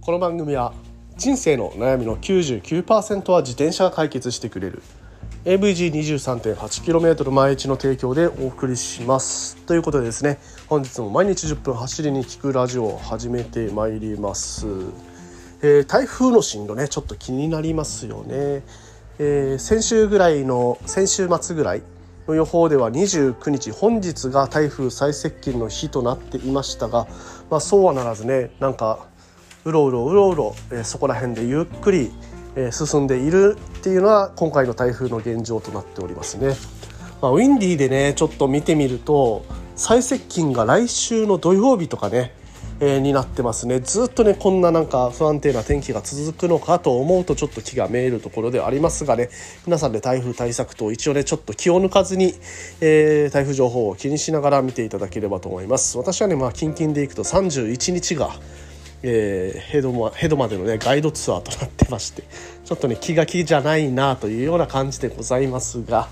この番組は人生の悩みの 99% は自転車が解決してくれる AVG23.8km 毎日の提供でお送りしますということでですね、本日も毎日10分走りに聞くラジオを始めてまいります。台風の進路ね、ちょっと気になりますよね。先週末ぐらいの予報では29日本日が台風最接近の日となっていましたが、そうはならずね、なんかうろうろ、そこら辺でゆっくり、進んでいるっていうのは今回の台風の現状となっておりますね。ウィンディーでねちょっと見てみると最接近が来週の土曜日とかね、になってますね。ずっとねこんななんか不安定な天気が続くのかと思うとちょっと気がめいるところではありますがね、皆さんで台風対策と一応ねちょっと気を抜かずに、台風情報を気にしながら見ていただければと思います。私はね近々でいくと31日がヘドまでのねガイドツアーとなってまして、ちょっとね気が気じゃないなというような感じでございますが、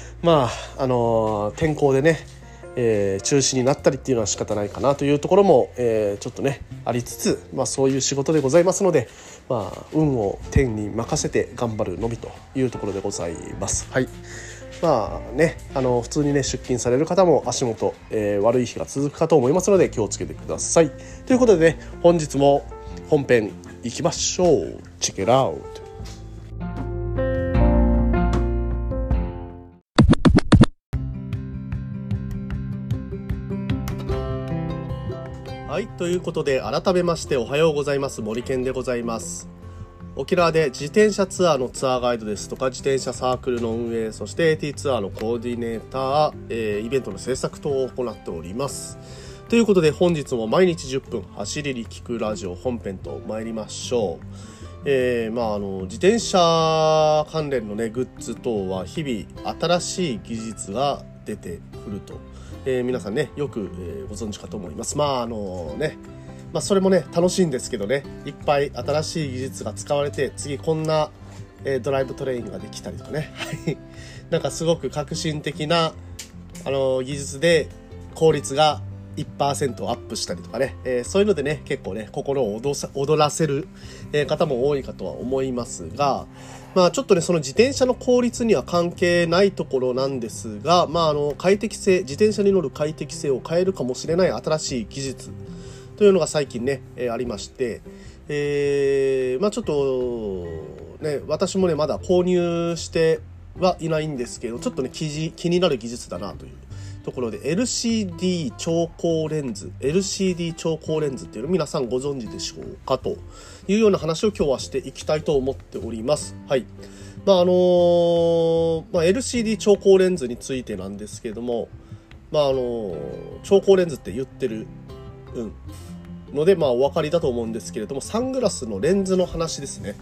天候でね、中止になったりっていうのは仕方ないかなというところも、ちょっとねありつつ、そういう仕事でございますので、運を天に任せて頑張るのみというところでございます。はい。普通にね出勤される方も足元、悪い日が続くかと思いますので気をつけてくださいということでね、本日も本編いきましょう。チェックイットアウト。はい、ということで改めましておはようございます。森健でございます。沖縄で自転車ツアーのツアーガイドですとか、自転車サークルの運営、そして AT ツアーのコーディネーター、イベントの制作等を行っております。ということで本日も毎日10分走りに聞くラジオ本編と参りましょう。自転車関連のねグッズ等は日々新しい技術が出てくると、皆さんねよく、ご存知かと思います。それもね楽しいんですけどね、いっぱい新しい技術が使われて、次こんな、ドライブトレインができたりとかねなんかすごく革新的な技術で効率が 1% アップしたりとかね、そういうのでね結構ね心を躍らせる、方も多いかとは思いますが、ちょっとねその自転車の効率には関係ないところなんですが、快適性、自転車に乗る快適性を変えるかもしれない新しい技術というのが最近ね、ありまして、ちょっとね私もねまだ購入してはいないんですけど、ちょっとね気になる技術だなというところで LCD 超光レンズっていうの皆さんご存知でしょうかというような話を今日はしていきたいと思っております。はい。LCD 超光レンズについてなんですけれども、超光レンズって言ってるのでお分かりだと思うんですけれども、サングラスのレンズの話ですね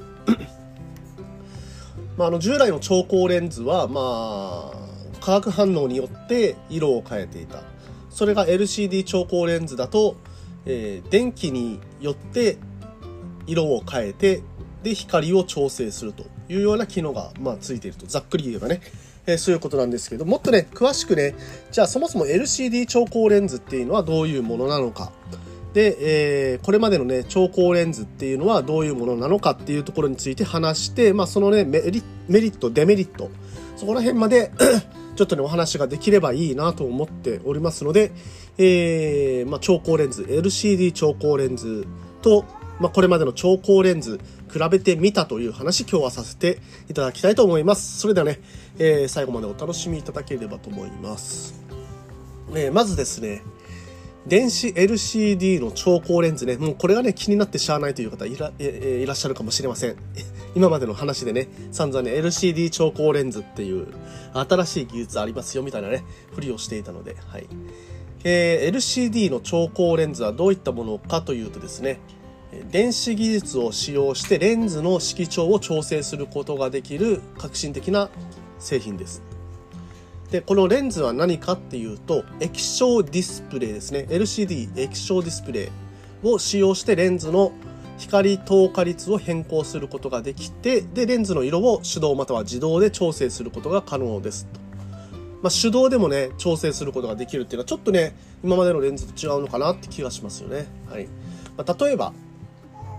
従来の超光レンズは化学反応によって色を変えていた。それが LCD 超光レンズだと、電気によって色を変えて、で光を調整するというような機能がついていると、ざっくり言えばね、そういうことなんですけど、もっとね詳しくね、じゃあそもそも LCD 超光レンズっていうのはどういうものなのかで、これまでのね超光レンズっていうのはどういうものなのかっていうところについて話して、そのねメリットデメリット、そこら辺までちょっとねお話ができればいいなと思っておりますので、超光レンズ LCD 超光レンズと、これまでの超光レンズ比べてみたという話、今日はさせていただきたいと思います。それではね、最後までお楽しみいただければと思います。まずですね、電子 LCD の超光レンズね、もうこれがね気になってしゃあないという方いらっしゃるかもしれません。今までの話でね散々ね LCD 超光レンズっていう新しい技術ありますよみたいなねふりをしていたので、はい。LCD の超光レンズはどういったものかというとですね、電子技術を使用してレンズの色調を調整することができる革新的な製品です。でこのレンズは何かっていうと、液晶ディスプレイですね。 LCD 液晶ディスプレイを使用してレンズの光透過率を変更することができて、でレンズの色を手動または自動で調整することが可能ですと。手動でもね調整することができるっていうのはちょっとね今までのレンズと違うのかなって気がしますよね。はい。例えば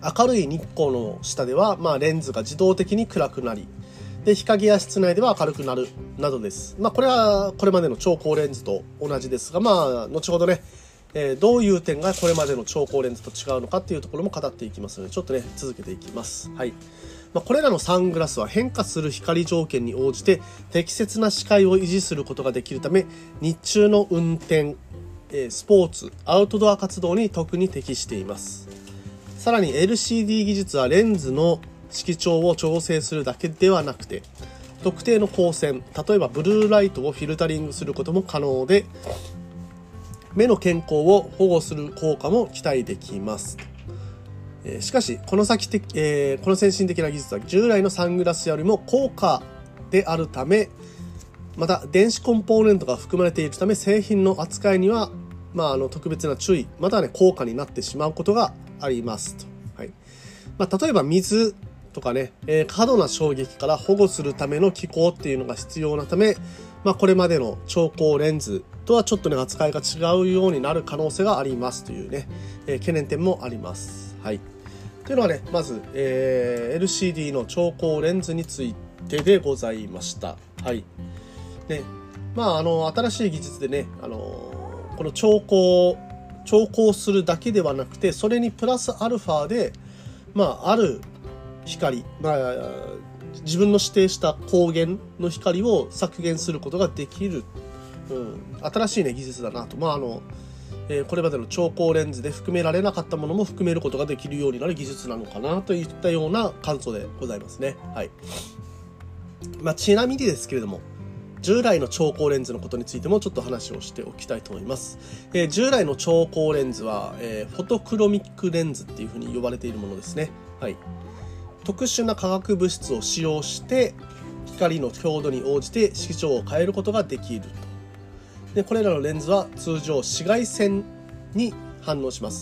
明るい日光の下では、レンズが自動的に暗くなり、で日陰や室内では明るくなるなどです。これはこれまでの超光レンズと同じですが、後ほどね、どういう点がこれまでの超光レンズと違うのかっていうところも語っていきますので、ちょっとね続けていきます。はい。これらのサングラスは変化する光条件に応じて適切な視界を維持することができるため、日中の運転、スポーツ、アウトドア活動に特に適しています。さらに LCD 技術はレンズの色調を調整するだけではなくて、特定の光線、例えばブルーライトをフィルタリングすることも可能で、目の健康を保護する効果も期待できます。しかしこの先先進的な技術は従来のサングラスよりも高価であるため、また電子コンポーネントが含まれているため、製品の扱いには、特別な注意、またはね高価になってしまうことがありますと。はい。例えば水とかね、過度な衝撃から保護するための気孔っていうのが必要なため、これまでの超光レンズとはちょっとね扱いが違うようになる可能性がありますというね、懸念点もあります。はい。というのはね、まず、LCD の超光レンズについてでございました。はい。ね、新しい技術でね、この超光するだけではなくて、それにプラスアルファで、ある光、自分の指定した光源の光を削減することができる、新しいね技術だなと。これまでの超光レンズで含められなかったものも含めることができるようになる技術なのかなといったような感想でございますね。はい。ちなみにですけれども、従来の超光レンズのことについてもちょっと話をしておきたいと思います。従来の超光レンズは、フォトクロミックレンズっていうふうに呼ばれているものですね。はい。特殊な化学物質を使用して光の強度に応じて色調を変えることができると。でこれらのレンズは通常紫外線に反応します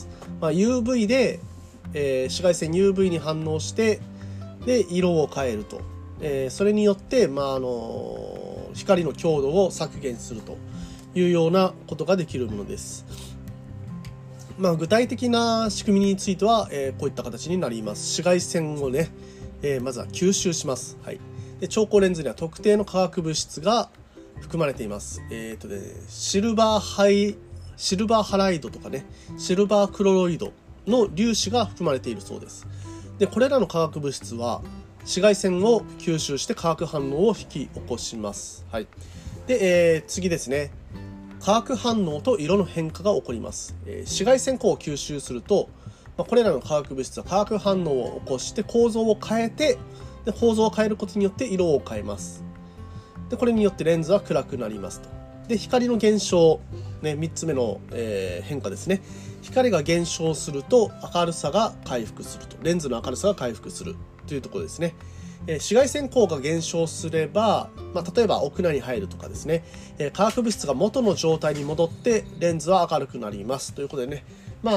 。UV で、紫外線 UV に反応してで色を変えると。それによって、光の強度を削減するというようなことができるものです。具体的な仕組みについては、こういった形になります。紫外線をね、まずは吸収します。はい。で超光レンズには特定の化学物質が含まれています。シルバーハライドとかね、シルバークロロイドの粒子が含まれているそうです。でこれらの化学物質は紫外線を吸収して化学反応を引き起こします。はい。で、次ですね。化学反応と色の変化が起こります。紫外線光を吸収すると、これらの化学物質は化学反応を起こして構造を変えて、で構造を変えることによって色を変えます。でこれによってレンズは暗くなりますと。で光の減少、3つ目の、変化ですね。光が減少すると明るさが回復すると。レンズの明るさが回復するというところですね。紫外線光が減少すれば、例えば屋内に入るとかですね、化学物質が元の状態に戻ってレンズは明るくなりますということでね、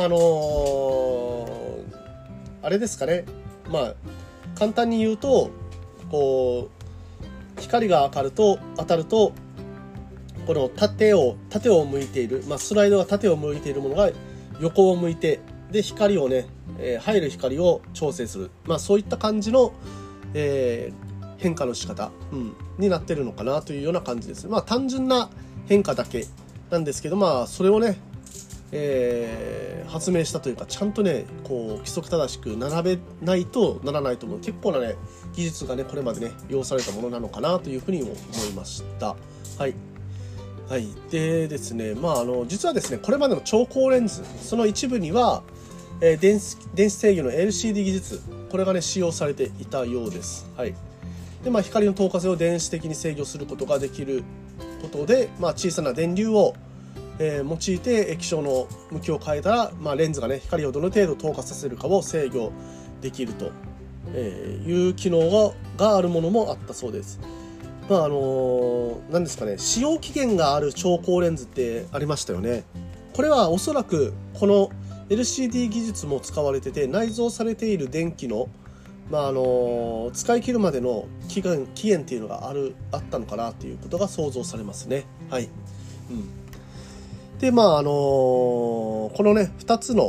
あれですかね、簡単に言うと、こう光が当たるとこの縦を向いている、スライドが縦を向いているものが横を向いて、で光をね、入る光を調整する、そういった感じの変化の仕方、になってるのかなというような感じです。単純な変化だけなんですけど、それをね、発明したというか、ちゃんとねこう規則正しく並べないとならないと思う、結構なね技術がねこれまでね要されたものなのかなというふうに思いました。はい。はい。でですね、実はですね、これまでの超光レンズ、その一部には電子制御の LCD 技術、これがね使用されていたようです。はい。で光の透過性を電子的に制御することができることで、小さな電流を、用いて液晶の向きを変えたら、レンズがね光をどの程度透過させるかを制御できるという機能があるものもあったそうです。何ですかね、使用期限がある超光レンズってありましたよね。これはおそらくこの LCD 技術も使われてて、内蔵されている電気の、使い切るまでの期限っていうのがあったのかなっていうことが想像されますね。はい。でこのね2つの、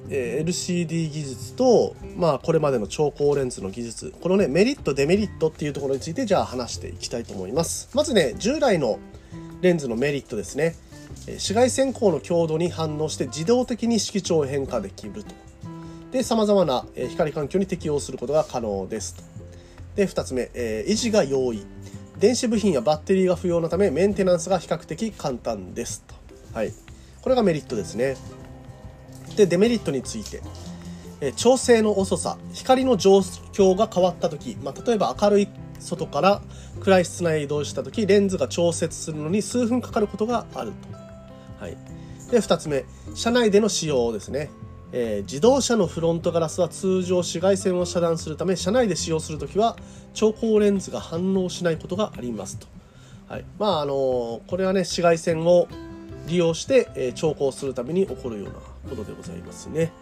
LCD 技術と、これまでの超光レンズの技術、このね、メリット、デメリットっていうところについて、じゃあ話していきたいと思います。まずね、従来のレンズのメリットですね。紫外線光の強度に反応して自動的に色調を変化できると。で、様々な光環境に適応することが可能ですと。で、2つ目、維持が容易。電子部品やバッテリーが不要なため、メンテナンスが比較的簡単ですと。はい。これがメリットですね。で、デメリットについて。調整の遅さ。光の状況が変わったとき、例えば明るい外から暗い室内へ移動したとき、レンズが調節するのに数分かかることがあると。はい。で、2つ目。車内での使用ですね。自動車のフロントガラスは通常紫外線を遮断するため、車内で使用するときは超光レンズが反応しないことがありますと。はい。これはね、紫外線を利用して、調光するために起こるようなことでございますね。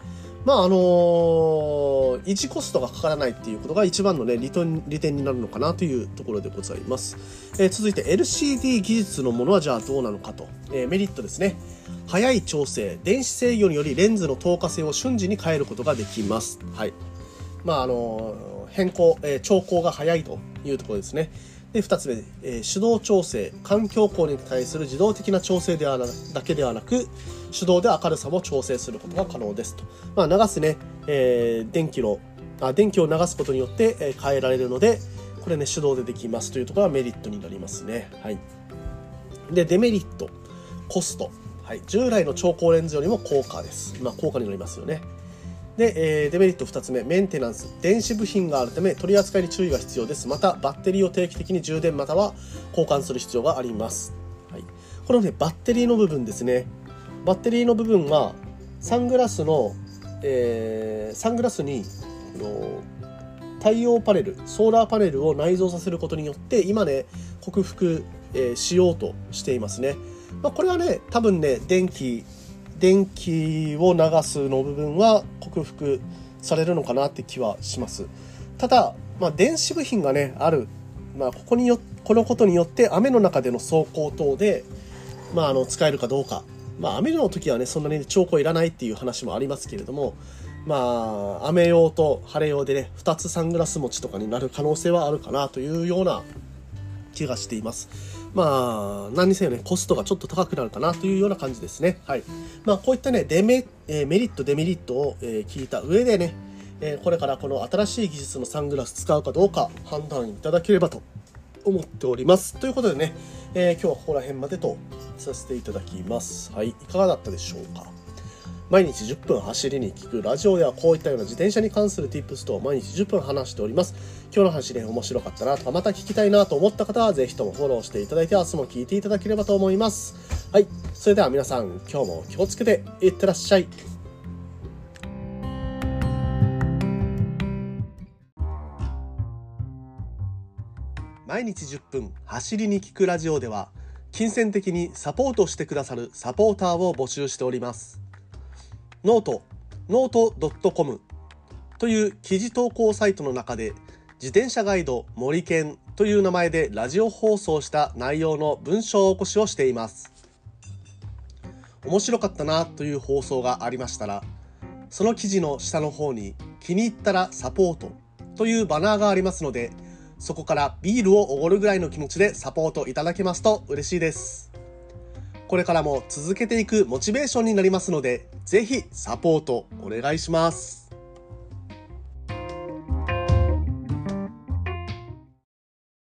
維持コストがかからないっていうことが一番のね、利点になるのかなというところでございます。続いて LCD 技術のものはじゃあどうなのかと。メリットですね。早い調整、電子制御によりレンズの透過性を瞬時に変えることができます。はい。変更、調光が早いというところですね。で、2つ目、手動調整、環境光に対する自動的な調整だけではなく、手動で明るさも調整することが可能ですと。流すね、電気を流すことによって、変えられるので、これね、手動でできますというところがメリットになりますね。はい。で、デメリット、コスト。はい。従来の超光レンズよりも高価です。高価になりますよね。で、デメリット2つ目、メンテナンス。電子部品があるため取り扱いに注意が必要です。また、バッテリーを定期的に充電または交換する必要があります。はい、このね、バッテリーの部分ですね。バッテリーの部分は、サングラスに太陽パネル、ソーラーパネルを内蔵させることによって、今ね、克服、しようとしていますね。これはね、多分ね、電気を流すの部分は克服されるのかなって気はします。ただ、電子部品がね、ある。このことによって雨の中での走行等で、使えるかどうか。雨の時はね、そんなに超光いらないっていう話もありますけれども、雨用と晴れ用でね、2つサングラス持ちとかになる可能性はあるかなというような気がしています。何にせよね、コストがちょっと高くなるかなというような感じですね。はい。こういったね、メリット、デメリットを、聞いた上でね、これからこの新しい技術のサングラス使うかどうか判断いただければと思っております。ということでね、今日はここら辺までとさせていただきます。はい。いかがだったでしょうか。毎日10分走りに聞くラジオではこういったような自転車に関する Tips と毎日10分話しております。今日の走り面白かったなとかまた聞きたいなと思った方はぜひともフォローしていただいて明日も聞いていただければと思います。はい。それでは皆さん今日も気をつけていってらっしゃい。毎日10分走りに聞くラジオでは金銭的にサポートしてくださるサポーターを募集しております。ノート .com という記事投稿サイトの中で自転車ガイド森健という名前でラジオ放送した内容の文章起こしをしています。面白かったなという放送がありましたら、その記事の下の方に気に入ったらサポートというバナーがありますので、そこからビールをおごるぐらいの気持ちでサポートいただけますと嬉しいです。これからも続けていくモチベーションになりますので、ぜひサポートお願いします。